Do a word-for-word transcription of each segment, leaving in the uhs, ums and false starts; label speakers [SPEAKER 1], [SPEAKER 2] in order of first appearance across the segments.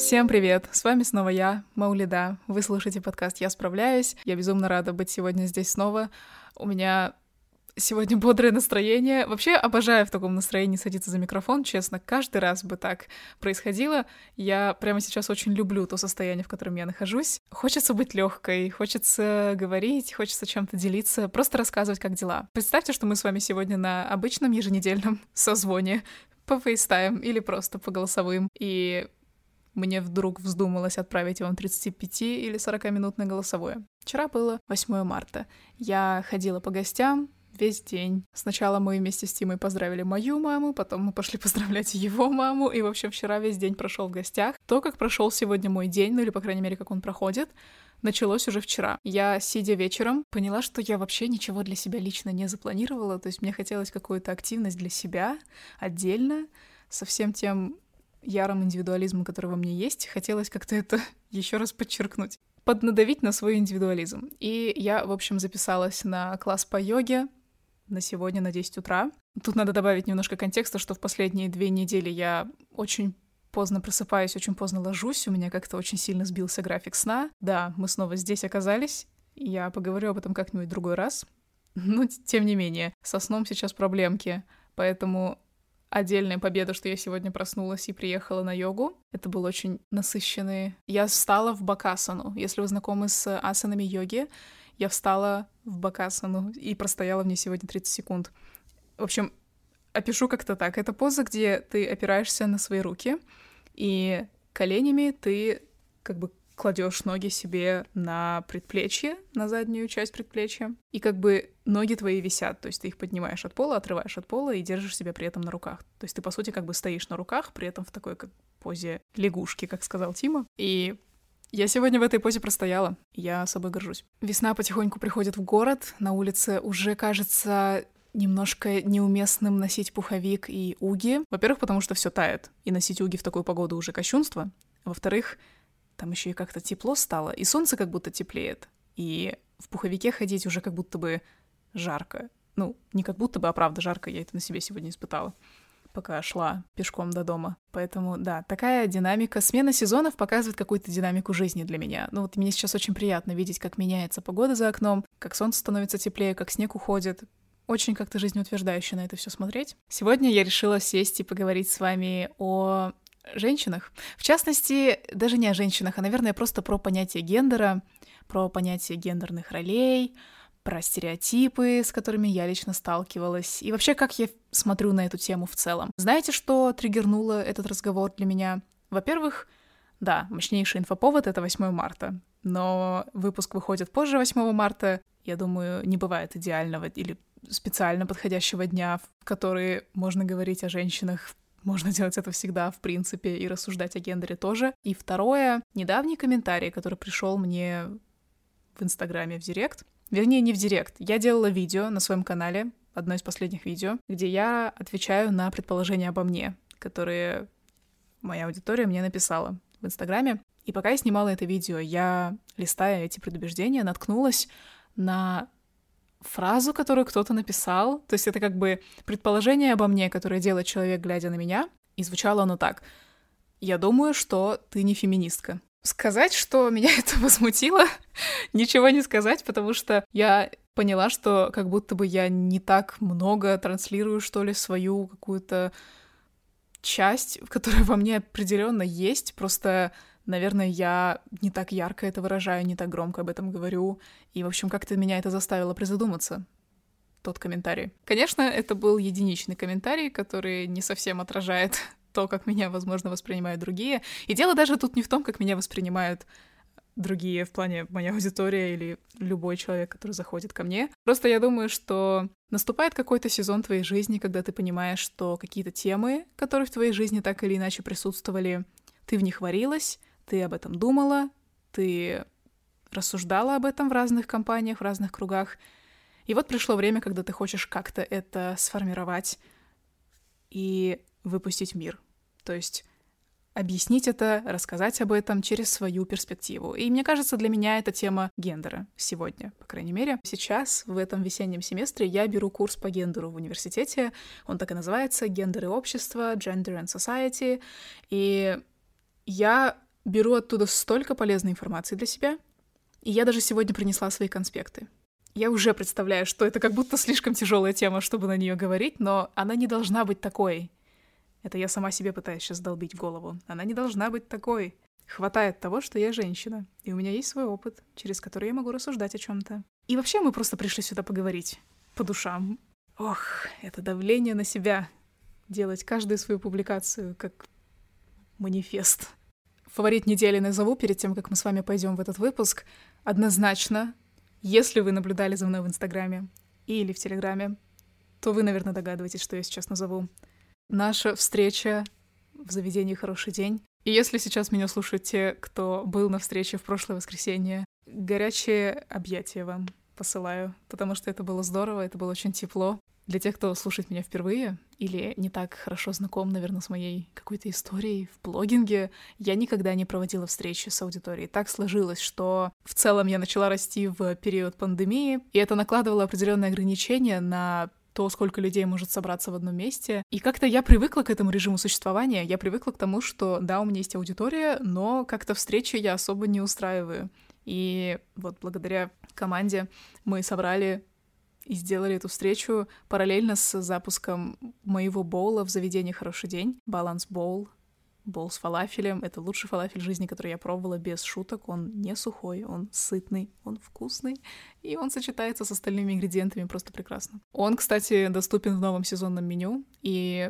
[SPEAKER 1] Всем привет! С вами снова я, Маулида. Вы слушаете подкаст «Я справляюсь». Я безумно рада быть сегодня здесь снова. У меня сегодня бодрое настроение. Вообще обожаю в таком настроении садиться за микрофон, честно. Каждый раз бы так происходило. Я прямо сейчас очень люблю то состояние, в котором я нахожусь. Хочется быть легкой, хочется говорить, хочется чем-то делиться, просто рассказывать, как дела. Представьте, что мы с вами сегодня на обычном еженедельном созвоне по FaceTime или просто по голосовым. И мне вдруг вздумалось отправить вам тридцать пять или сорок минутное голосовое. Вчера было восьмое марта. Я ходила по гостям весь день. Сначала мы вместе с Тимой поздравили мою маму, потом мы пошли поздравлять его маму, и, в общем, вчера весь день прошел в гостях. То, как прошел сегодня мой день, ну или, по крайней мере, как он проходит, началось уже вчера. Я, сидя вечером, поняла, что я вообще ничего для себя лично не запланировала, то есть мне хотелось какую-то активность для себя отдельно, со всем тем ярым индивидуализмом, который во мне есть, хотелось как-то это еще раз подчеркнуть. Поднадавить на свой индивидуализм. И я, в общем, записалась на класс по йоге на сегодня на десять утра. Тут надо добавить немножко контекста, что в последние две недели я очень поздно просыпаюсь, очень поздно ложусь, у меня как-то очень сильно сбился график сна. Да, мы снова здесь оказались, я поговорю об этом как-нибудь в другой раз. Но, тем не менее, со сном сейчас проблемки, поэтому отдельная победа, что я сегодня проснулась и приехала на йогу. Это был очень насыщенный... Я встала в бакасану. Если вы знакомы с асанами йоги, я встала в бакасану и простояла в ней сегодня тридцать секунд. В общем, опишу как-то так. Это поза, где ты опираешься на свои руки, и коленями ты как бы кладешь ноги себе на предплечье, на заднюю часть предплечья, и как бы ноги твои висят, то есть ты их поднимаешь от пола, отрываешь от пола и держишь себя при этом на руках. То есть ты, по сути, как бы стоишь на руках, при этом в такой как позе лягушки, как сказал Тима. И я сегодня в этой позе простояла, я собой горжусь. Весна потихоньку приходит в город, на улице уже кажется немножко неуместным носить пуховик и уги. Во-первых, потому что все тает, и носить уги в такую погоду уже кощунство. Во-вторых, там еще и как-то тепло стало, и солнце как будто теплеет, и в пуховике ходить уже как будто бы жарко. Ну, не как будто бы, а правда жарко, я это на себе сегодня испытала, пока шла пешком до дома. Поэтому, да, такая динамика. Смена сезонов показывает какую-то динамику жизни для меня. Ну вот мне сейчас очень приятно видеть, как меняется погода за окном, как солнце становится теплее, как снег уходит. Очень как-то жизнеутверждающе на это все смотреть. Сегодня я решила сесть и поговорить с вами о женщинах. В частности, даже не о женщинах, а, наверное, просто про понятие гендера, про понятие гендерных ролей, про стереотипы, с которыми я лично сталкивалась, и вообще, как я смотрю на эту тему в целом. Знаете, что триггернуло этот разговор для меня? Во-первых, да, мощнейший инфоповод — это восьмое марта, но выпуск выходит позже восьмого марта. Я думаю, не бывает идеального или специально подходящего дня, в который можно говорить о женщинах. Можно делать это всегда, в принципе, и рассуждать о гендере тоже. И второе, недавний комментарий, который пришел мне в Инстаграме в директ. Вернее, не в директ. Я делала видео на своем канале, одно из последних видео, где я отвечаю на предположения обо мне, которые моя аудитория мне написала в Инстаграме. И пока я снимала это видео, я, листая эти предубеждения, наткнулась на фразу, которую кто-то написал. То есть это как бы предположение обо мне, которое делает человек, глядя на меня. И звучало оно так: «Я думаю, что ты не феминистка». Сказать, что меня это возмутило, ничего не сказать, потому что я поняла, что как будто бы я не так много транслирую, что ли, свою какую-то часть, которая во мне определенно есть, просто... Наверное, я не так ярко это выражаю, не так громко об этом говорю. И, в общем, как-то меня это заставило призадуматься, тот комментарий. Конечно, это был единичный комментарий, который не совсем отражает то, как меня, возможно, воспринимают другие. И дело даже тут не в том, как меня воспринимают другие в плане моя аудитория или любой человек, который заходит ко мне. Просто я думаю, что наступает какой-то сезон твоей жизни, когда ты понимаешь, что какие-то темы, которые в твоей жизни так или иначе присутствовали, ты в них варилась, ты об этом думала, ты рассуждала об этом в разных компаниях, в разных кругах. И вот пришло время, когда ты хочешь как-то это сформировать и выпустить в мир. То есть объяснить это, рассказать об этом через свою перспективу. И мне кажется, для меня это тема гендера сегодня, по крайней мере. Сейчас, в этом весеннем семестре, я беру курс по гендеру в университете. Он так и называется — «Гендер и общество», «Gender and Society». И я беру оттуда столько полезной информации для себя, и я даже сегодня принесла свои конспекты. Я уже представляю, что это как будто слишком тяжелая тема, чтобы на нее говорить, но она не должна быть такой. Это я сама себе пытаюсь сейчас долбить в голову. Она не должна быть такой. Хватает того, что я женщина, и у меня есть свой опыт, через который я могу рассуждать о чем-то. И вообще мы просто пришли сюда поговорить по душам. Ох, это давление на себя. Делать каждую свою публикацию как манифест. Фаворит недели назову перед тем, как мы с вами пойдем в этот выпуск. Однозначно, если вы наблюдали за мной в Инстаграме или в Телеграме, то вы, наверное, догадываетесь, что я сейчас назову. Наша встреча в заведении «Хороший день». И если сейчас меня слушают те, кто был на встрече в прошлое воскресенье, горячее объятие вам посылаю, потому что это было здорово, это было очень тепло. Для тех, кто слушает меня впервые или не так хорошо знаком, наверное, с моей какой-то историей в блогинге, я никогда не проводила встречи с аудиторией. Так сложилось, что в целом я начала расти в период пандемии, и это накладывало определенные ограничения на то, сколько людей может собраться в одном месте. И как-то я привыкла к этому режиму существования, я привыкла к тому, что да, у меня есть аудитория, но как-то встречи я особо не устраиваю. И вот благодаря команде мы собрали и сделали эту встречу параллельно с запуском моего боула в заведении «Хороший день». Баланс боул. Боул с фалафелем. Это лучший фалафель в жизни, который я пробовала, без шуток. Он не сухой, он сытный, он вкусный, и он сочетается с остальными ингредиентами просто прекрасно. Он, кстати, доступен в новом сезонном меню, и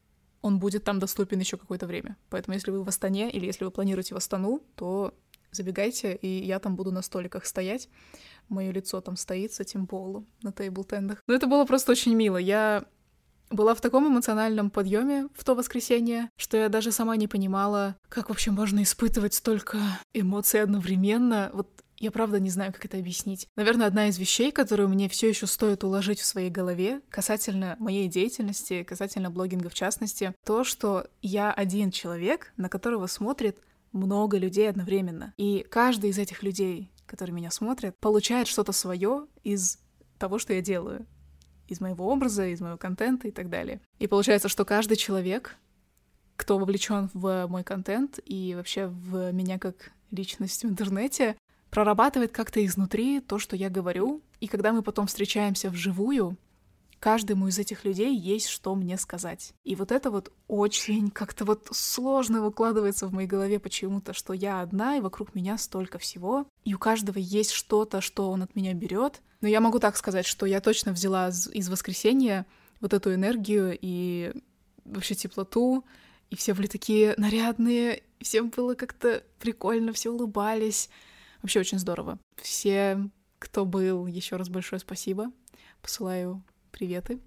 [SPEAKER 1] он будет там доступен еще какое-то время. Поэтому если вы в Астане или если вы планируете в Астану, то забегайте, и я там буду на столиках стоять. Мое лицо там стоит с этим боулом на тейбл-тендах. Но это было просто очень мило. Я была в таком эмоциональном подъеме в то воскресенье, что я даже сама не понимала, как вообще можно испытывать столько эмоций одновременно. Вот я правда не знаю, как это объяснить. Наверное, одна из вещей, которую мне все еще стоит уложить в своей голове касательно моей деятельности, касательно блогинга в частности, то, что я один человек, на которого смотрит много людей одновременно. И каждый из этих людей, которые меня смотрят, получает что-то свое из того, что я делаю. Из моего образа, из моего контента и так далее. И получается, что каждый человек, кто вовлечен в мой контент и вообще в меня как личность в интернете, прорабатывает как-то изнутри то, что я говорю. И когда мы потом встречаемся вживую, каждому из этих людей есть что мне сказать. И вот это вот очень как-то вот сложно выкладывается в моей голове почему-то, что я одна, и вокруг меня столько всего, и у каждого есть что-то, что он от меня берет. Но я могу так сказать, что я точно взяла из воскресенья вот эту энергию и вообще теплоту, и все были такие нарядные, всем было как-то прикольно, все улыбались. Вообще очень здорово. Всем, кто был, еще раз большое спасибо. Посылаю приветы.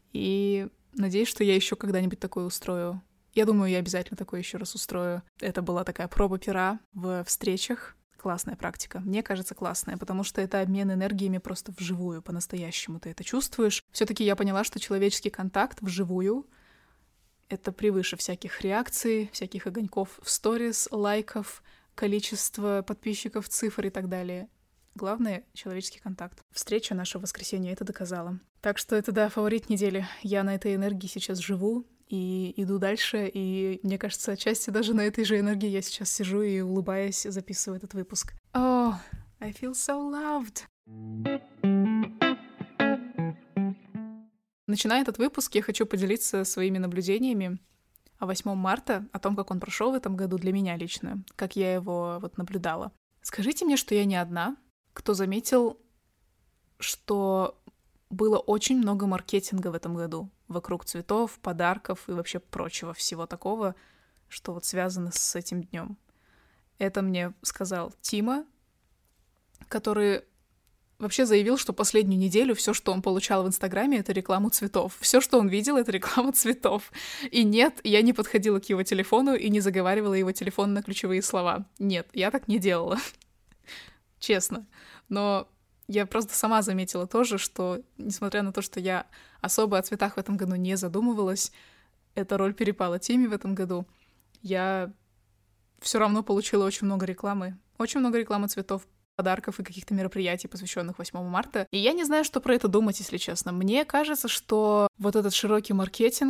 [SPEAKER 1] И надеюсь, что я еще когда-нибудь такое устрою. Я думаю, я обязательно такое еще раз устрою. Это была такая проба пера в встречах. Классная практика. Мне кажется, классная, потому что это обмен энергиями просто вживую, по-настоящему ты это чувствуешь. Все-таки я поняла, что человеческий контакт вживую — это превыше всяких реакций, всяких огоньков в сторис, лайков, количества подписчиков, цифр и так далее. Главное — человеческий контакт. Встреча наша в воскресенье это доказала. Так что это, да, фаворит недели. Я на этой энергии сейчас живу и иду дальше, и, мне кажется, отчасти даже на этой же энергии я сейчас сижу и, улыбаясь, записываю этот выпуск. Oh, I feel so loved. Начиная этот выпуск, я хочу поделиться своими наблюдениями о восьмом марта, о том, как он прошел в этом году для меня лично, как я его вот наблюдала. Скажите мне, что я не одна, кто заметил, что было очень много маркетинга в этом году вокруг цветов, подарков и вообще прочего всего такого, что вот связано с этим днем. Это мне сказал Тима, который вообще заявил, что последнюю неделю все, что он получал в Инстаграме, это рекламу цветов. Все, что он видел, это реклама цветов. И нет, я не подходила к его телефону и не заговаривала его телефон на ключевые слова. Нет, я так не делала. Честно. Но я просто сама заметила тоже, что, несмотря на то, что я особо о цветах в этом году не задумывалась, эта роль перепала Тиме в этом году, я все равно получила очень много рекламы. Очень много рекламы цветов, подарков и каких-то мероприятий, посвященных восьмому марта. И я не знаю, что про это думать, если честно. Мне кажется, что вот этот широкий маркетинг,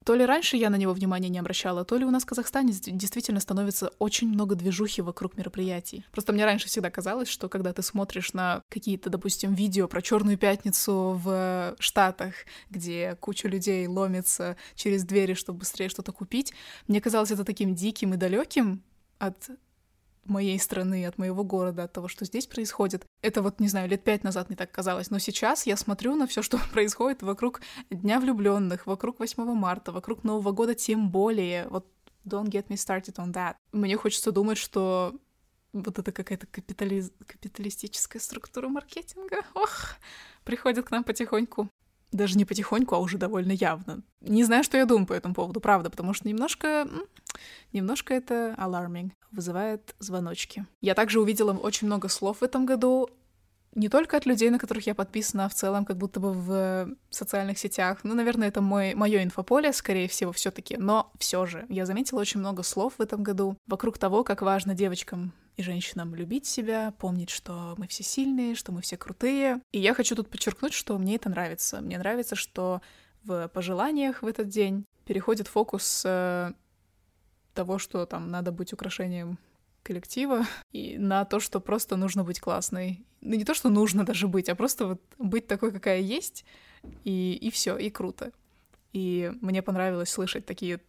[SPEAKER 1] То ли раньше я на него внимания не обращала, то ли у нас в Казахстане действительно становится очень много движухи вокруг мероприятий. Просто мне раньше всегда казалось, что когда ты смотришь на какие-то, допустим, видео про Черную пятницу в Штатах, где куча людей ломится через двери, чтобы быстрее что-то купить, мне казалось это таким диким и далеким от моей страны, от моего города, от того, что здесь происходит. Это вот, не знаю, лет пять назад мне так казалось, но сейчас я смотрю на все, что происходит вокруг Дня влюбленных, вокруг восьмого марта, вокруг Нового года, тем более. Вот don't get me started on that. Мне хочется думать, что вот это какая-то капитали... капиталистическая структура маркетинга, ох, приходит к нам потихоньку. Даже не потихоньку, а уже довольно явно. Не знаю, что я думаю по этому поводу, правда, потому что немножко... Немножко это alarming, вызывает звоночки. Я также увидела очень много слов в этом году, не только от людей, на которых я подписана, а в целом как будто бы в социальных сетях. Ну, наверное, это мой, моё инфополе, скорее всего, все таки но все же я заметила очень много слов в этом году вокруг того, как важно девочкам и женщинам любить себя, помнить, что мы все сильные, что мы все крутые. И я хочу тут подчеркнуть, что мне это нравится. Мне нравится, что в пожеланиях в этот день переходит фокус с того, что там надо быть украшением коллектива, и на то, что просто нужно быть классной. Ну, не то, что нужно даже быть, а просто вот быть такой, какая есть, и, и все, и круто. И мне понравилось слышать такие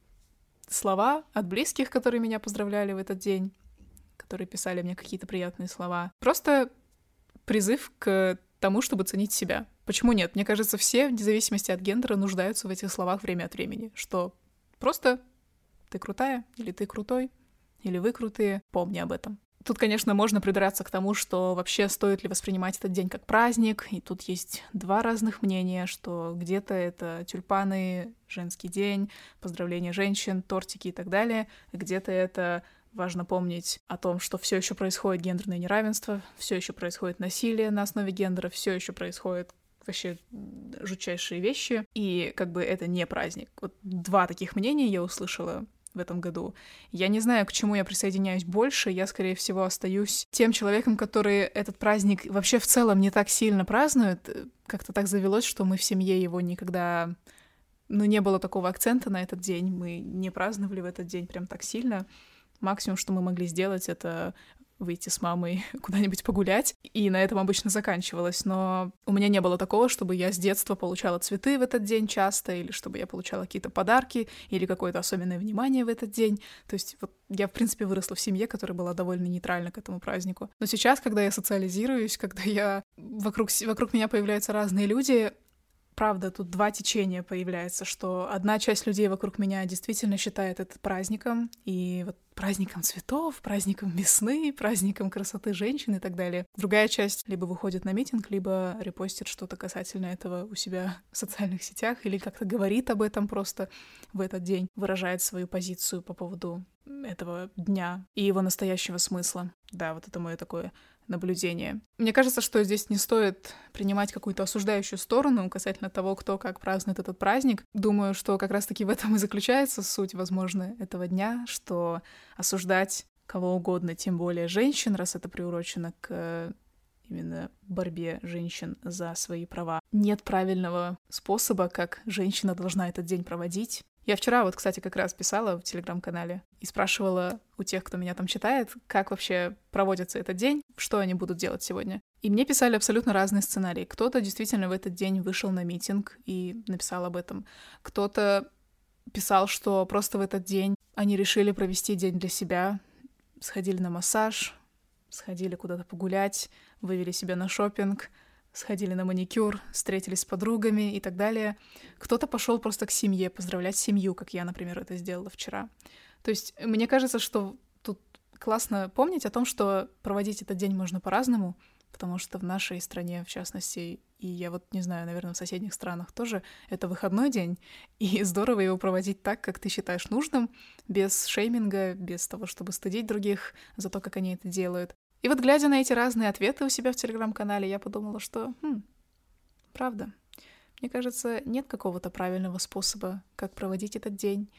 [SPEAKER 1] слова от близких, которые меня поздравляли в этот день, которые писали мне какие-то приятные слова. Просто призыв к тому, чтобы ценить себя. Почему нет? Мне кажется, все, вне зависимости от гендера, нуждаются в этих словах время от времени, что просто ты крутая, или ты крутой, или вы крутые, помни об этом. Тут, конечно, можно придраться к тому, что вообще стоит ли воспринимать этот день как праздник, и тут есть два разных мнения, что где-то это тюльпаны, женский день, поздравления женщин, тортики и так далее, где-то это важно помнить о том, что все еще происходит гендерное неравенство, все еще происходит насилие на основе гендера, все еще происходит вообще жутчайшие вещи, и как бы это не праздник. Вот два таких мнения я услышала в этом году. Я не знаю, к чему я присоединяюсь больше. Я, скорее всего, остаюсь тем человеком, который этот праздник вообще в целом не так сильно празднует. Как-то так завелось, что мы в семье его никогда... Ну, не было такого акцента на этот день. Мы не праздновали в этот день прям так сильно. Максимум, что мы могли сделать, это выйти с мамой куда-нибудь погулять, и на этом обычно заканчивалось. Но у меня не было такого, чтобы я с детства получала цветы в этот день часто, или чтобы я получала какие-то подарки, или какое-то особенное внимание в этот день. То есть вот я, в принципе, выросла в семье, которая была довольно нейтральна к этому празднику. Но сейчас, когда я социализируюсь, когда я... вокруг, вокруг меня появляются разные люди, правда, тут два течения появляется, что одна часть людей вокруг меня действительно считает это праздником, и вот праздником цветов, праздником весны, праздником красоты женщин и так далее. Другая часть либо выходит на митинг, либо репостит что-то касательно этого у себя в социальных сетях, или как-то говорит об этом просто в этот день, выражает свою позицию по поводу этого дня и его настоящего смысла. Да, вот это мое такое наблюдение. Мне кажется, что здесь не стоит принимать какую-то осуждающую сторону касательно того, кто как празднует этот праздник. Думаю, что как раз-таки в этом и заключается суть, возможно, этого дня, что осуждать кого угодно, тем более женщин, раз это приурочено к именно борьбе женщин за свои права. Нет правильного способа, как женщина должна этот день проводить. Я вчера вот, кстати, как раз писала в Телеграм-канале и спрашивала у тех, кто меня там читает, как вообще проводится этот день, что они будут делать сегодня. И мне писали абсолютно разные сценарии. Кто-то действительно в этот день вышел на митинг и написал об этом. Кто-то писал, что просто в этот день они решили провести день для себя, сходили на массаж, сходили куда-то погулять, вывели себя на шопинг, сходили на маникюр, встретились с подругами и так далее. Кто-то пошел просто к семье, поздравлять семью, как я, например, это сделала вчера. То есть мне кажется, что тут классно помнить о том, что проводить этот день можно по-разному, потому что в нашей стране, в частности, и я вот не знаю, наверное, в соседних странах тоже, это выходной день, и здорово его проводить так, как ты считаешь нужным, без шейминга, без того, чтобы стыдить других за то, как они это делают. И вот, глядя на эти разные ответы у себя в Телеграм-канале, я подумала, что, хм, правда, мне кажется, нет какого-то правильного способа, как проводить этот день.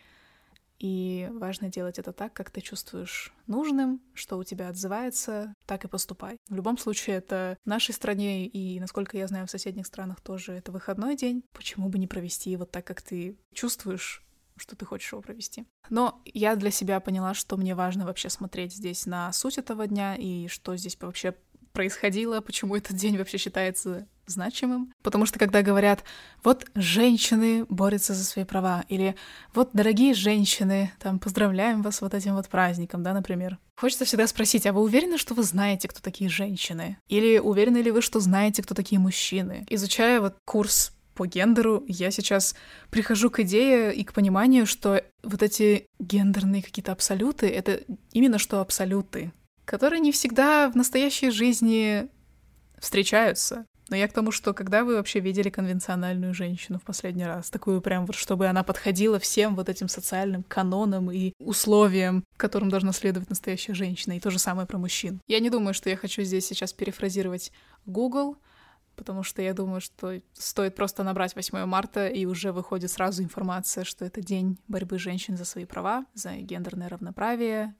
[SPEAKER 1] И важно делать это так, как ты чувствуешь нужным, что у тебя отзывается, так и поступай. В любом случае, это в нашей стране и, насколько я знаю, в соседних странах тоже это выходной день. Почему бы не провести его так, как ты чувствуешь, что ты хочешь его провести. Но я для себя поняла, что мне важно вообще смотреть здесь на суть этого дня и что здесь вообще происходило, почему этот день вообще считается значимым. Потому что когда говорят, вот женщины борются за свои права, или вот дорогие женщины, там, поздравляем вас вот этим вот праздником, да, например. Хочется всегда спросить, а вы уверены, что вы знаете, кто такие женщины? Или уверены ли вы, что знаете, кто такие мужчины? Изучая вот курс по гендеру, я сейчас прихожу к идее и к пониманию, что вот эти гендерные какие-то абсолюты — это именно что абсолюты, которые не всегда в настоящей жизни встречаются. Но я к тому, что когда вы вообще видели конвенциональную женщину в последний раз, такую прям вот, чтобы она подходила всем вот этим социальным канонам и условиям, которым должна следовать настоящая женщина, и то же самое про мужчин. Я не думаю, что я хочу здесь сейчас перефразировать Google, потому что я думаю, что стоит просто набрать восьмое марта, и уже выходит сразу информация, что это день борьбы женщин за свои права, за гендерное равноправие,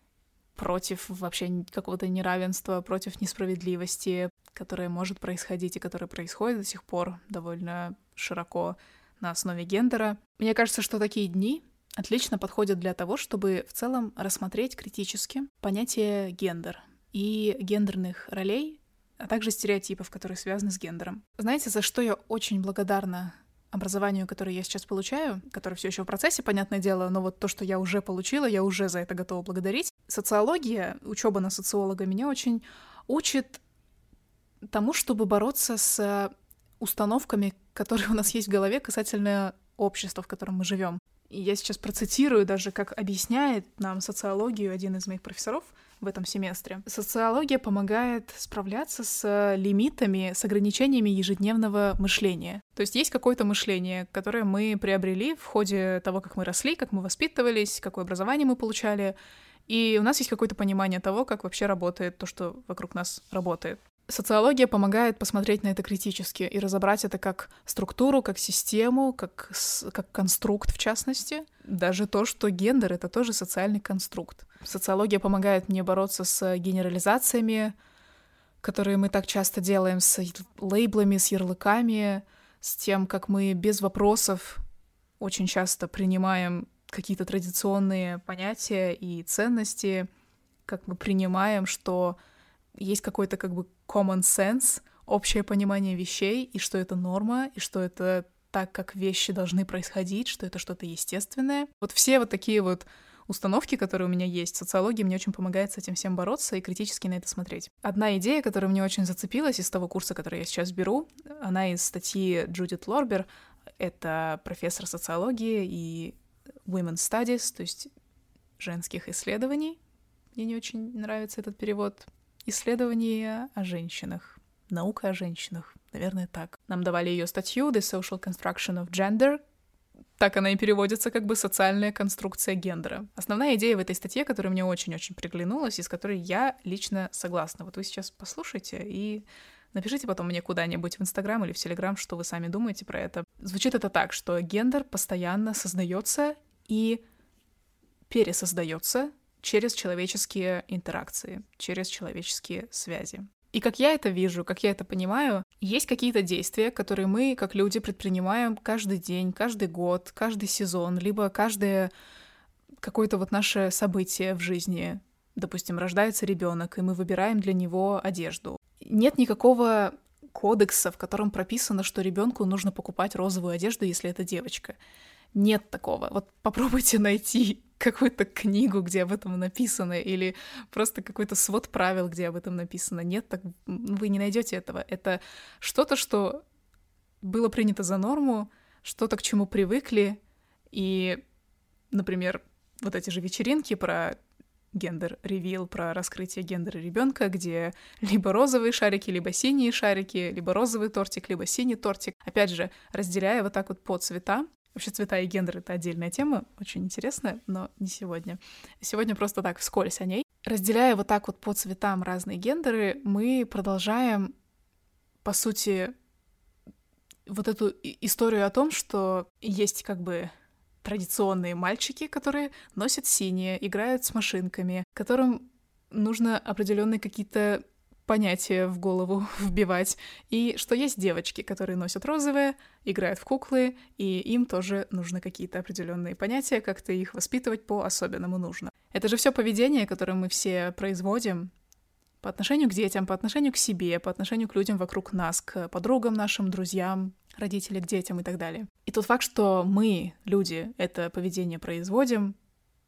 [SPEAKER 1] против вообще какого-то неравенства, против несправедливости, которая может происходить и которая происходит до сих пор довольно широко на основе гендера. Мне кажется, что такие дни отлично подходят для того, чтобы в целом рассмотреть критически понятие гендер и гендерных ролей, а также стереотипов, которые связаны с гендером. Знаете, за что я очень благодарна образованию, которое я сейчас получаю, которое все еще в процессе, понятное дело, но вот то, что я уже получила, я уже за это готова благодарить. Социология, учеба на социолога меня очень учит тому, чтобы бороться с установками, которые у нас есть в голове касательно общества, в котором мы живем. И я сейчас процитирую даже, как объясняет нам социологию один из моих профессоров в этом семестре. Социология помогает справляться с лимитами, с ограничениями ежедневного мышления. То есть есть какое-то мышление, которое мы приобрели в ходе того, как мы росли, как мы воспитывались, какое образование мы получали, и у нас есть какое-то понимание того, как вообще работает то, что вокруг нас работает. Социология помогает посмотреть на это критически и разобрать это как структуру, как систему, как, как конструкт, в частности. Даже то, что гендер — это тоже социальный конструкт. Социология помогает мне бороться с генерализациями, которые мы так часто делаем, с лейблами, с ярлыками, с тем, как мы без вопросов очень часто принимаем какие-то традиционные понятия и ценности, как мы принимаем, что есть какой-то как бы common sense, общее понимание вещей, и что это норма, и что это так, как вещи должны происходить, что это что-то естественное. Вот все вот такие вот установки, которые у меня есть, социология мне очень помогает с этим всем бороться и критически на это смотреть. Одна идея, которая мне очень зацепилась из того курса, который я сейчас беру, она из статьи Джудит Лорбер, это профессор социологии и women's studies, то есть женских исследований. Мне не очень нравится этот перевод. Исследования о женщинах. Наука о женщинах. Наверное, так. Нам давали ее статью «The Social Construction of Gender». Так она и переводится, как бы «социальная конструкция гендера». Основная идея в этой статье, которая мне очень-очень приглянулась, и с которой я лично согласна. Вот вы сейчас послушайте и напишите потом мне куда-нибудь в Инстаграм или в Телеграм, что вы сами думаете про это. Звучит это так, что гендер постоянно создается и пересоздается через человеческие интеракции, через человеческие связи. И как я это вижу, как я это понимаю, есть какие-то действия, которые мы, как люди, предпринимаем каждый день, каждый год, каждый сезон, либо каждое какое-то вот наше событие в жизни. Допустим, рождается ребенок, и мы выбираем для него одежду. Нет никакого кодекса, в котором прописано, что ребенку нужно покупать розовую одежду, если это девочка. Нет такого. Вот попробуйте найти какую-то книгу, где об этом написано, или просто какой-то свод правил, где об этом написано. Нет, так вы не найдете этого. Это что-то, что было принято за норму, что-то, к чему привыкли. И, например, вот эти же вечеринки про гендер-ревил, про раскрытие гендера ребенка, где либо розовые шарики, либо синие шарики, либо розовый тортик, либо синий тортик. Опять же, разделяя вот так вот по цветам. Вообще цвета и гендер — это отдельная тема, очень интересная, но не сегодня. Сегодня просто так вскользь о ней. Разделяя вот так вот по цветам разные гендеры, мы продолжаем, по сути, вот эту историю о том, что есть как бы традиционные мальчики, которые носят синее, играют с машинками, которым нужно определенные какие-то понятия в голову вбивать, и что есть девочки, которые носят розовое, играют в куклы, и им тоже нужны какие-то определенные понятия, как-то их воспитывать по-особенному нужно. Это же все поведение, которое мы все производим по отношению к детям, по отношению к себе, по отношению к людям вокруг нас, к подругам нашим, друзьям, родителям, к детям и так далее. И тот факт, что мы, люди, это поведение производим,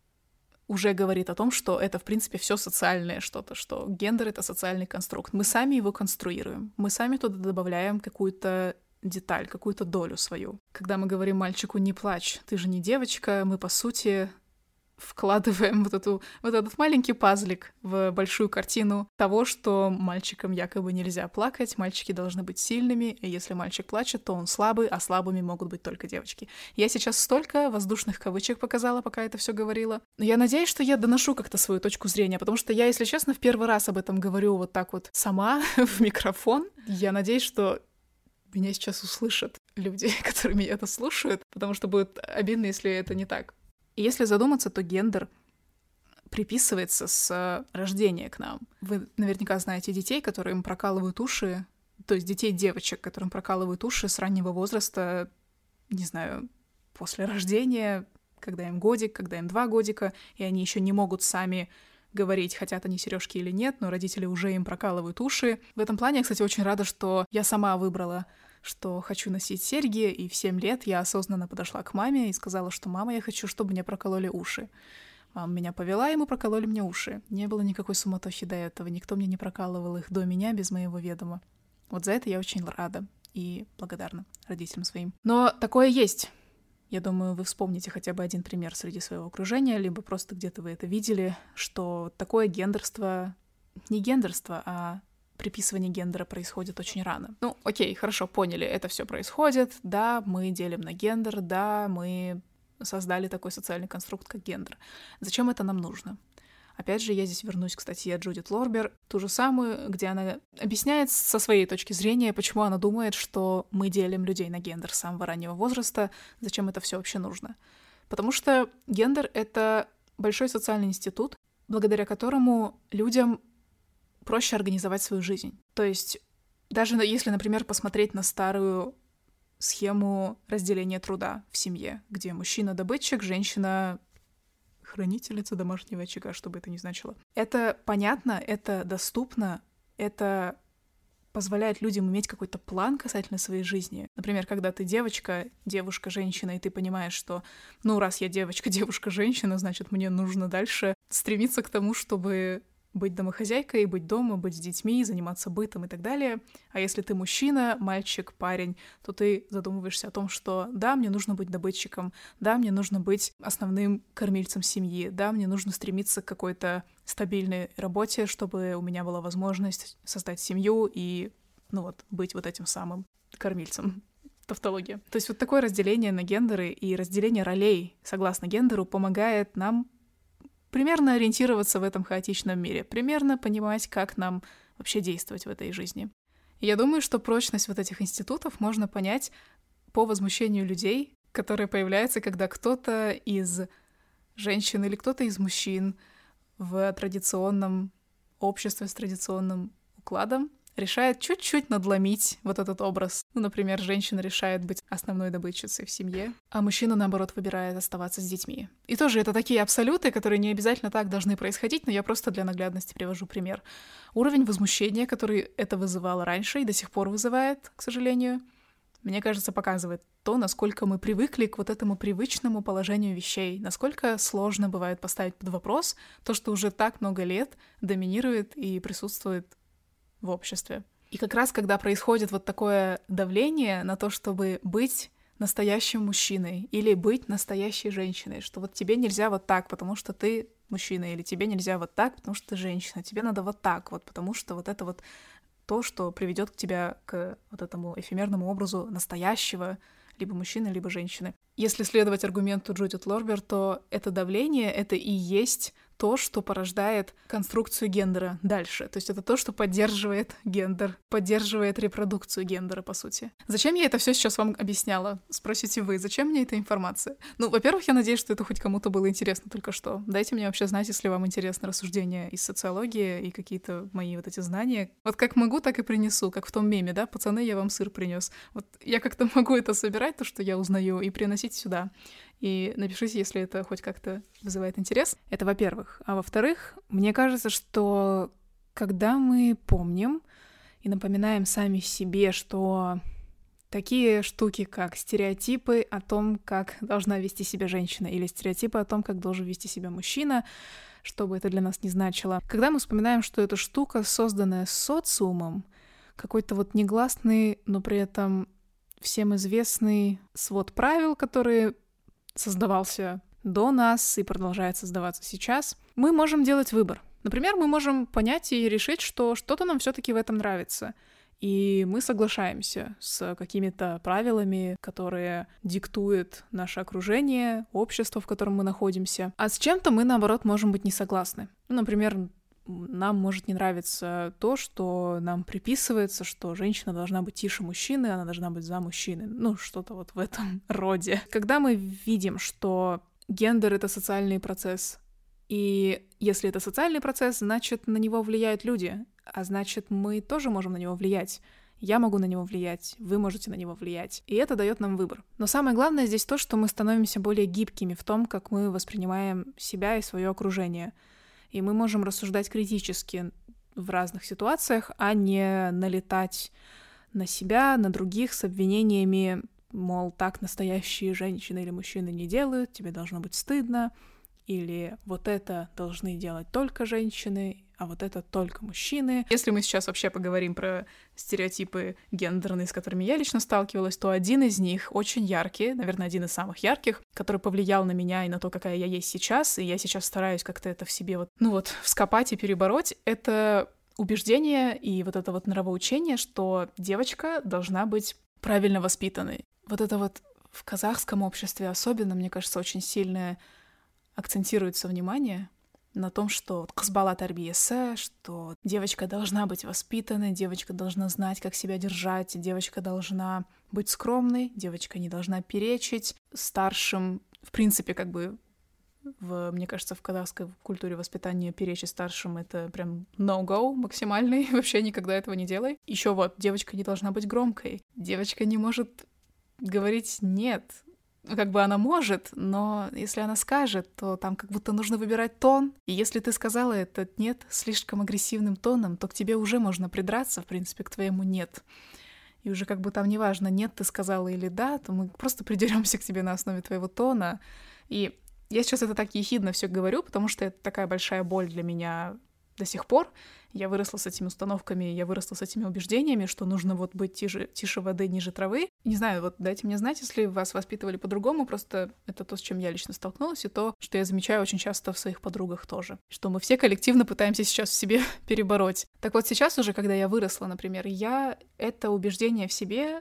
[SPEAKER 1] уже говорит о том, что это, в принципе, все социальное что-то, что гендер — это социальный конструкт. Мы сами его конструируем, мы сами туда добавляем какую-то деталь, какую-то долю свою. Когда мы говорим мальчику «не плачь, ты же не девочка», мы, по сути, вкладываем вот, эту, вот этот маленький пазлик в большую картину того, что мальчикам якобы нельзя плакать, мальчики должны быть сильными, и если мальчик плачет, то он слабый, а слабыми могут быть только девочки. Я сейчас столько воздушных кавычек показала, пока это все говорила. Но я надеюсь, что я доношу как-то свою точку зрения, потому что я, если честно, в первый раз об этом говорю вот так вот сама в микрофон. Я надеюсь, что меня сейчас услышат люди, которые меня это слушают, потому что будет обидно, если это не так. И если задуматься, то гендер приписывается с рождения к нам. Вы наверняка знаете детей, которым прокалывают уши, то есть детей-девочек, которым прокалывают уши с раннего возраста, не знаю, после рождения, когда им годик, когда им два годика, и они еще не могут сами говорить, хотят они сережки или нет, но родители уже им прокалывают уши. В этом плане я, кстати, очень рада, что я сама выбрала, что хочу носить серьги, и в семь лет я осознанно подошла к маме и сказала, что «мама, я хочу, чтобы мне прокололи уши». Мама меня повела, и мы прокололи мне уши. Не было никакой суматохи до этого, никто мне не прокалывал их до меня без моего ведома. Вот за это я очень рада и благодарна родителям своим. Но такое есть. Я думаю, вы вспомните хотя бы один пример среди своего окружения, либо просто где-то вы это видели, что такое гендерство, не гендерство, а приписывание гендера происходит очень рано. Ну, окей, хорошо, поняли, это все происходит, да, мы делим на гендер, да, мы создали такой социальный конструкт, как гендер. Зачем это нам нужно? Опять же, я здесь вернусь к статье Джудит Лорбер, ту же самую, где она объясняет со своей точки зрения, почему она думает, что мы делим людей на гендер с самого раннего возраста, зачем это все вообще нужно. Потому что гендер — это большой социальный институт, благодаря которому людям проще организовать свою жизнь. То есть даже если, например, посмотреть на старую схему разделения труда в семье, где мужчина — добытчик, женщина — хранительница домашнего очага, что бы это ни значило. Это понятно, это доступно, это позволяет людям иметь какой-то план касательно своей жизни. Например, когда ты девочка, девушка, женщина, и ты понимаешь, что, ну, раз я девочка, девушка, женщина, значит, мне нужно дальше стремиться к тому, чтобы быть домохозяйкой, быть дома, быть с детьми, заниматься бытом и так далее. А если ты мужчина, мальчик, парень, то ты задумываешься о том, что да, мне нужно быть добытчиком, да, мне нужно быть основным кормильцем семьи, да, мне нужно стремиться к какой-то стабильной работе, чтобы у меня была возможность создать семью и, ну вот, быть вот этим самым кормильцем. Тавтология. То есть вот такое разделение на гендеры и разделение ролей согласно гендеру помогает нам примерно ориентироваться в этом хаотичном мире, примерно понимать, как нам вообще действовать в этой жизни. И я думаю, что прочность вот этих институтов можно понять по возмущению людей, которое появляется, когда кто-то из женщин или кто-то из мужчин в традиционном обществе с традиционным укладом решает чуть-чуть надломить вот этот образ. Ну, например, женщина решает быть основной добытчицей в семье, а мужчина, наоборот, выбирает оставаться с детьми. И тоже это такие абсолюты, которые не обязательно так должны происходить, но я просто для наглядности привожу пример. Уровень возмущения, который это вызывало раньше и до сих пор вызывает, к сожалению, мне кажется, показывает то, насколько мы привыкли к вот этому привычному положению вещей, насколько сложно бывает поставить под вопрос то, что уже так много лет доминирует и присутствует в обществе. И как раз, когда происходит вот такое давление на то, чтобы быть настоящим мужчиной или быть настоящей женщиной, что вот тебе нельзя вот так, потому что ты мужчина, или тебе нельзя вот так, потому что ты женщина, тебе надо вот так вот, потому что вот это вот то, что приведет тебя к вот этому эфемерному образу настоящего либо мужчины, либо женщины. Если следовать аргументу Джудит Лорбер, то это давление — это и есть то, что порождает конструкцию гендера дальше. То есть это то, что поддерживает гендер, поддерживает репродукцию гендера, по сути. Зачем я это все сейчас вам объясняла? Спросите вы, зачем мне эта информация? Ну, во-первых, я надеюсь, что это хоть кому-то было интересно только что. Дайте мне вообще знать, если вам интересно рассуждения из социологии и какие-то мои вот эти знания. Вот как могу, так и принесу, как в том меме, да? Пацаны, я вам сыр принес. Вот я как-то могу это собирать, то, что я узнаю, и приносить сюда. И напишите, если это хоть как-то вызывает интерес. Это во-первых. А во-вторых, мне кажется, что когда мы помним и напоминаем сами себе, что такие штуки, как стереотипы о том, как должна вести себя женщина, или стереотипы о том, как должен вести себя мужчина, что бы это для нас ни значило. Когда мы вспоминаем, что эта штука, созданная социумом, какой-то вот негласный, но при этом всем известный свод правил, которые создавался до нас и продолжает создаваться сейчас, мы можем делать выбор. Например, мы можем понять и решить, что что-то нам все-таки в этом нравится. И мы соглашаемся с какими-то правилами, которые диктует наше окружение, общество, в котором мы находимся. А с чем-то мы, наоборот, можем быть не согласны. Ну, например, нам может не нравиться то, что нам приписывается, что женщина должна быть тише мужчины, она должна быть за мужчины. Ну, что-то вот в этом роде. Когда мы видим, что гендер — это социальный процесс, и если это социальный процесс, значит, на него влияют люди, а значит, мы тоже можем на него влиять. Я могу на него влиять, вы можете на него влиять. И это дает нам выбор. Но самое главное здесь то, что мы становимся более гибкими в том, как мы воспринимаем себя и свое окружение. И мы можем рассуждать критически в разных ситуациях, а не налетать на себя, на других с обвинениями, мол, так настоящие женщины или мужчины не делают, тебе должно быть стыдно, или вот это должны делать только женщины, а вот это только мужчины. Если мы сейчас вообще поговорим про стереотипы гендерные, с которыми я лично сталкивалась, то один из них очень яркий, наверное, один из самых ярких, который повлиял на меня и на то, какая я есть сейчас, и я сейчас стараюсь как-то это в себе вот, ну вот, вскопать и перебороть, это убеждение и вот это вот нравоучение, что девочка должна быть правильно воспитанной. Вот это вот в казахском обществе особенно, мне кажется, очень сильное акцентируется внимание на том, что қыз бала тәрбиесі, что девочка должна быть воспитанной, девочка должна знать, как себя держать, девочка должна быть скромной, девочка не должна перечить старшим. В принципе, как бы, в, мне кажется, в казахской культуре воспитания перечить старшим — это прям no-go максимальный, вообще никогда этого не делай. Еще вот, девочка не должна быть громкой, девочка не может говорить «нет». Как бы она может, но если она скажет, то там как будто нужно выбирать тон. И если ты сказала этот «нет» слишком агрессивным тоном, то к тебе уже можно придраться, в принципе, к твоему «нет». И уже как бы там неважно, «нет» ты сказала или «да», то мы просто придеремся к тебе на основе твоего тона. И я сейчас это так ехидно все говорю, потому что это такая большая боль для меня до сих пор. Я выросла с этими установками, я выросла с этими убеждениями, что нужно вот быть тише, тише воды, ниже травы. Не знаю, вот дайте мне знать, если вас воспитывали по-другому, просто это то, с чем я лично столкнулась, и то, что я замечаю очень часто в своих подругах тоже, что мы все коллективно пытаемся сейчас в себе перебороть. Так вот сейчас уже, когда я выросла, например, я это убеждение в себе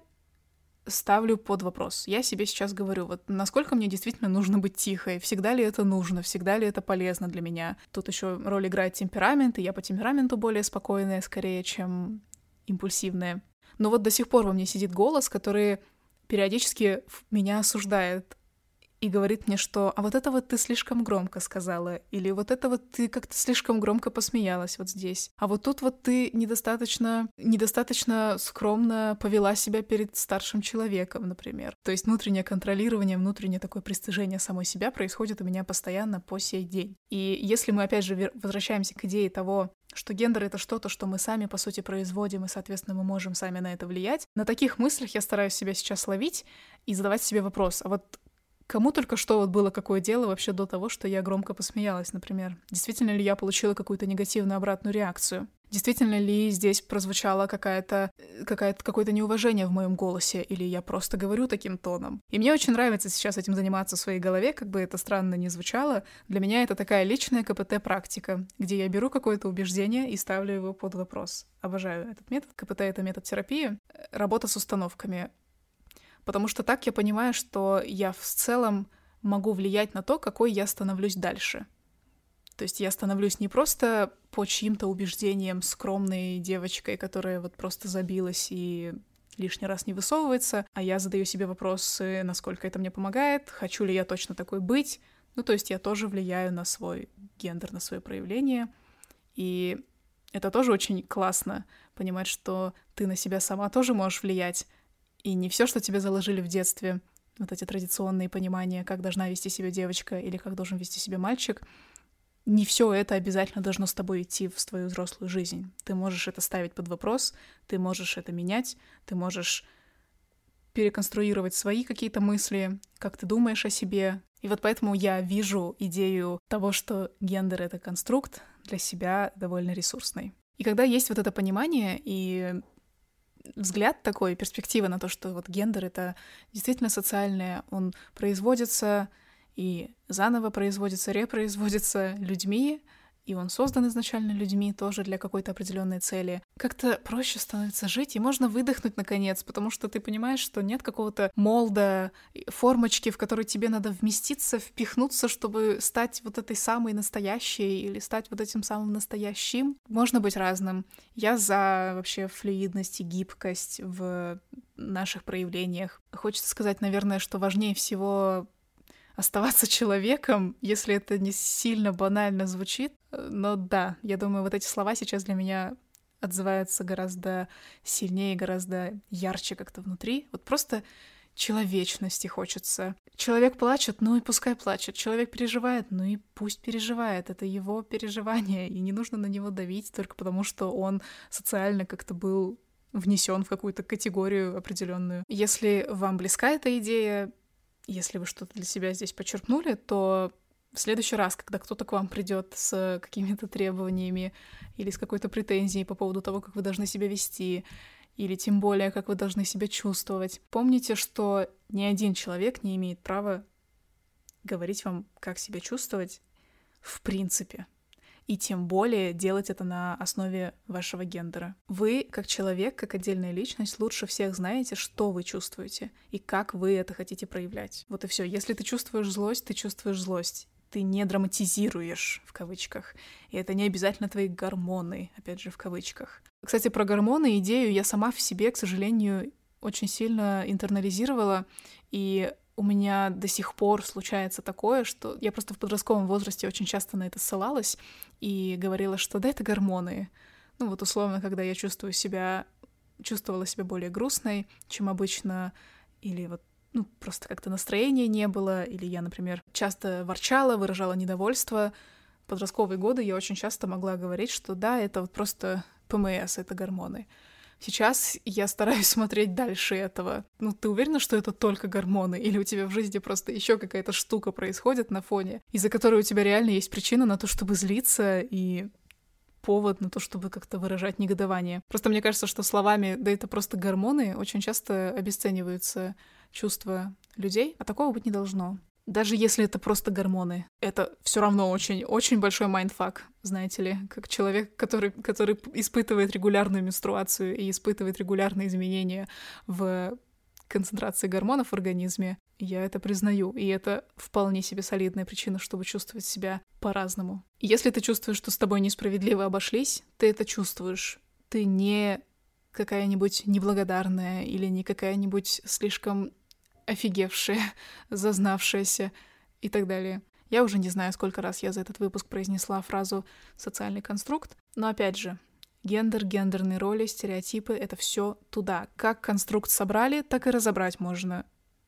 [SPEAKER 1] ставлю под вопрос. Я себе сейчас говорю, вот насколько мне действительно нужно быть тихой, всегда ли это нужно, всегда ли это полезно для меня. Тут еще роль играет темперамент, и я по темпераменту более спокойная, скорее, чем импульсивная. Но вот до сих пор во мне сидит голос, который периодически меня осуждает и говорит мне, что «а вот это вот ты слишком громко сказала», или «вот это вот ты как-то слишком громко посмеялась вот здесь», а вот тут вот ты недостаточно, недостаточно скромно повела себя перед старшим человеком, например. То есть внутреннее контролирование, внутреннее такое пристыжение самой себя происходит у меня постоянно по сей день. И если мы, опять же, возвращаемся к идее того, что гендер — это что-то, что мы сами, по сути, производим, и, соответственно, мы можем сами на это влиять, на таких мыслях я стараюсь себя сейчас ловить и задавать себе вопрос, а вот кому только что вот было какое дело вообще до того, что я громко посмеялась, например? Действительно ли я получила какую-то негативную обратную реакцию? Действительно ли здесь прозвучало какая-то, какая-то, какое-то неуважение в моем голосе, или я просто говорю таким тоном? И мне очень нравится сейчас этим заниматься в своей голове, как бы это странно ни звучало. Для меня это такая личная ка пэ тэ-практика, где я беру какое-то убеждение и ставлю его под вопрос. Обожаю этот метод. ка пэ тэ — это метод терапии, работа с установками. Потому что так я понимаю, что я в целом могу влиять на то, какой я становлюсь дальше. То есть я становлюсь не просто по чьим-то убеждениям скромной девочкой, которая вот просто забилась и лишний раз не высовывается, а я задаю себе вопросы, насколько это мне помогает, хочу ли я точно такой быть. Ну, то есть я тоже влияю на свой гендер, на свое проявление. И это тоже очень классно, понимать, что ты на себя сама тоже можешь влиять. И не все, что тебе заложили в детстве, вот эти традиционные понимания, как должна вести себя девочка или как должен вести себя мальчик, не все это обязательно должно с тобой идти в твою взрослую жизнь. Ты можешь это ставить под вопрос, ты можешь это менять, ты можешь переконструировать свои какие-то мысли, как ты думаешь о себе. И вот поэтому я вижу идею того, что гендер — это конструкт, для себя довольно ресурсной. И когда есть вот это понимание и взгляд такой, перспектива на то, что вот гендер — это действительно социальное, он производится и заново производится, репроизводится людьми, и он создан изначально людьми тоже для какой-то определенной цели. Как-то проще становится жить, и можно выдохнуть наконец, потому что ты понимаешь, что нет какого-то молда, формочки, в которой тебе надо вместиться, впихнуться, чтобы стать вот этой самой настоящей или стать вот этим самым настоящим. Можно быть разным. Я за вообще флюидность и гибкость в наших проявлениях. Хочется сказать, наверное, что важнее всего оставаться человеком, если это не сильно банально звучит. Но да, я думаю, вот эти слова сейчас для меня отзываются гораздо сильнее, гораздо ярче как-то внутри. Вот просто человечности хочется. Человек плачет, ну и пускай плачет. Человек переживает, ну и пусть переживает. Это его переживание, и не нужно на него давить только потому, что он социально как-то был внесен в какую-то категорию определенную. Если вам близка эта идея, если вы что-то для себя здесь подчеркнули, то в следующий раз, когда кто-то к вам придет с какими-то требованиями или с какой-то претензией по поводу того, как вы должны себя вести, или тем более, как вы должны себя чувствовать, помните, что ни один человек не имеет права говорить вам, как себя чувствовать в принципе. И тем более делать это на основе вашего гендера. Вы, как человек, как отдельная личность, лучше всех знаете, что вы чувствуете и как вы это хотите проявлять. Вот и все. Если ты чувствуешь злость, ты чувствуешь злость. Ты не драматизируешь, в кавычках. И это не обязательно твои гормоны, опять же, в кавычках. Кстати, про гормоны идею я сама в себе, к сожалению, очень сильно интернализировала, и у меня до сих пор случается такое, что я просто в подростковом возрасте очень часто на это ссылалась и говорила, что да, это гормоны. Ну вот условно, когда я чувствую себя, чувствовала себя более грустной, чем обычно, или вот ну, просто как-то настроения не было, или я, например, часто ворчала, выражала недовольство. В подростковые годы я очень часто могла говорить, что да, это вот просто ПМС, это гормоны. Сейчас я стараюсь смотреть дальше этого. Ну, ты уверена, что это только гормоны? Или у тебя в жизни просто еще какая-то штука происходит на фоне, из-за которой у тебя реально есть причина на то, чтобы злиться, и повод на то, чтобы как-то выражать негодование? Просто мне кажется, что словами «да это просто гормоны» очень часто обесцениваются чувства людей, а такого быть не должно. Даже если это просто гормоны, это все равно очень-очень большой майндфак, знаете ли, как человек, который, который испытывает регулярную менструацию и испытывает регулярные изменения в концентрации гормонов в организме, я это признаю, и это вполне себе солидная причина, чтобы чувствовать себя по-разному. Если ты чувствуешь, что с тобой несправедливо обошлись, ты это чувствуешь. Ты не какая-нибудь неблагодарная или не какая-нибудь слишком офигевшая, зазнавшаяся и так далее. Я уже не знаю, сколько раз я за этот выпуск произнесла фразу «социальный конструкт», но опять же, гендер, гендерные роли, стереотипы — это все туда. Как конструкт собрали, так и разобрать можно.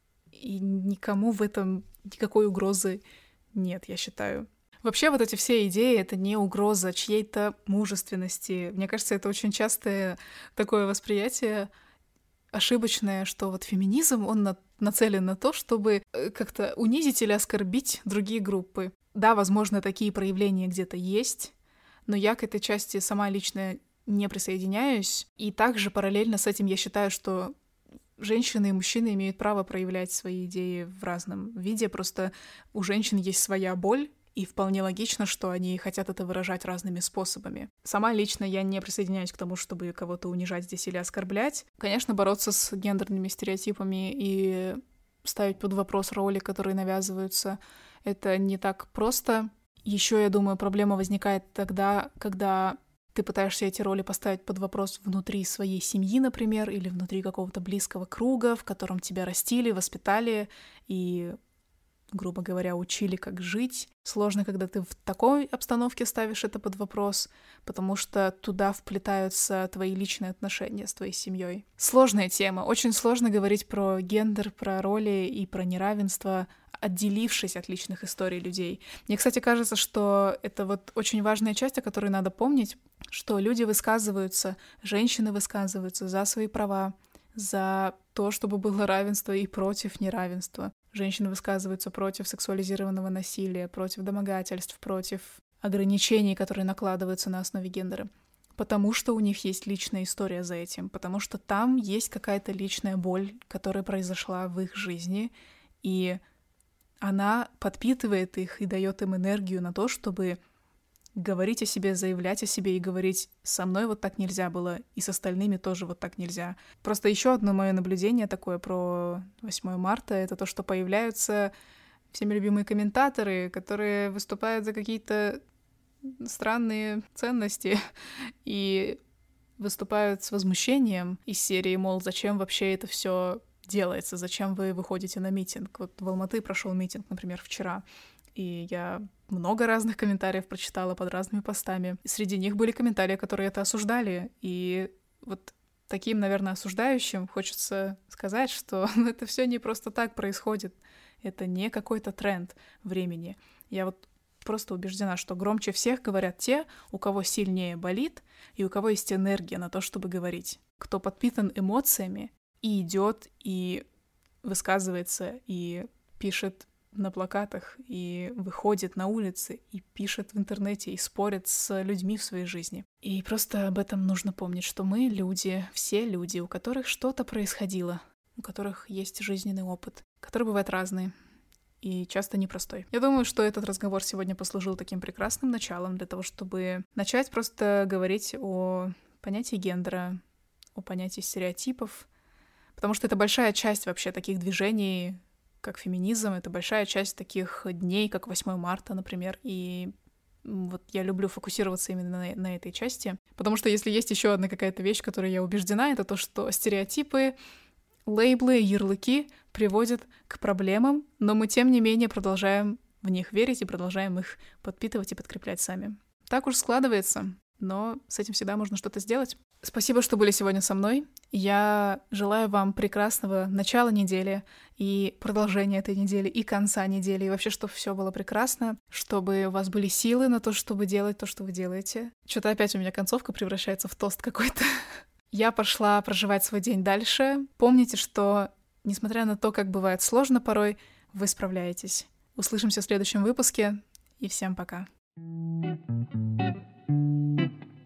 [SPEAKER 1] И никому в этом никакой угрозы нет, я считаю. Вообще вот эти все идеи — это не угроза чьей-то мужественности. Мне кажется, это очень частое такое восприятие ошибочное, что вот феминизм, он на, нацелен на то, чтобы как-то унизить или оскорбить другие группы. Да, возможно, такие проявления где-то есть, но я к этой части сама лично не присоединяюсь. И также параллельно с этим я считаю, что женщины и мужчины имеют право проявлять свои идеи в разном виде, просто у женщин есть своя боль, и вполне логично, что они хотят это выражать разными способами. Сама лично я не присоединяюсь к тому, чтобы кого-то унижать здесь или оскорблять. Конечно, бороться с гендерными стереотипами и ставить под вопрос роли, которые навязываются, это не так просто. Еще, я думаю, проблема возникает тогда, когда ты пытаешься эти роли поставить под вопрос внутри своей семьи, например, или внутри какого-то близкого круга, в котором тебя растили, воспитали и, грубо говоря, учили, как жить. Сложно, когда ты в такой обстановке ставишь это под вопрос, потому что туда вплетаются твои личные отношения с твоей семьей. Сложная тема. Очень сложно говорить про гендер, про роли и про неравенство, отделившись от личных историй людей. Мне, кстати, кажется, что это вот очень важная часть, о которой надо помнить, что люди высказываются, женщины высказываются за свои права, за то, чтобы было равенство и против неравенства. Женщины высказываются против сексуализированного насилия, против домогательств, против ограничений, которые накладываются на основе гендера. Потому что у них есть личная история за этим, потому что там есть какая-то личная боль, которая произошла в их жизни, и она подпитывает их и дает им энергию на то, чтобы говорить о себе, заявлять о себе и говорить: со мной вот так нельзя было, и с остальными тоже вот так нельзя. Просто еще одно мое наблюдение такое про восьмое марта — это то, что появляются всеми любимые комментаторы, которые выступают за какие-то странные ценности и выступают с возмущением из серии, мол, зачем вообще это все делается, зачем вы выходите на митинг. Вот в Алматы прошел митинг, например, вчера, и я много разных комментариев прочитала под разными постами. И среди них были комментарии, которые это осуждали, и вот таким, наверное, осуждающим хочется сказать, что это все не просто так происходит, это не какой-то тренд времени. Я вот просто убеждена, что громче всех говорят те, у кого сильнее болит и у кого есть энергия на то, чтобы говорить, кто подпитан эмоциями и идет, и высказывается, и пишет на плакатах, и выходит на улицы, и пишет в интернете, и спорит с людьми в своей жизни. И просто об этом нужно помнить, что мы люди, все люди, у которых что-то происходило, у которых есть жизненный опыт, который бывает разный и часто непростой. Я думаю, что этот разговор сегодня послужил таким прекрасным началом для того, чтобы начать просто говорить о понятии гендера, о понятии стереотипов, потому что это большая часть вообще таких движений, как феминизм, это большая часть таких дней, как восьмое марта, например, и вот я люблю фокусироваться именно на, на этой части, потому что если есть еще одна какая-то вещь, в которой я убеждена, это то, что стереотипы, лейблы, ярлыки приводят к проблемам, но мы, тем не менее, продолжаем в них верить и продолжаем их подпитывать и подкреплять сами. Так уж складывается, но с этим всегда можно что-то сделать. Спасибо, что были сегодня со мной. Я желаю вам прекрасного начала недели и продолжения этой недели, и конца недели, и вообще, чтобы все было прекрасно, чтобы у вас были силы на то, чтобы делать то, что вы делаете. Что-то опять у меня концовка превращается в тост какой-то. Я пошла проживать свой день дальше. Помните, что, несмотря на то, как бывает сложно порой, вы справляетесь. Услышимся в следующем выпуске, и всем пока. Thank you.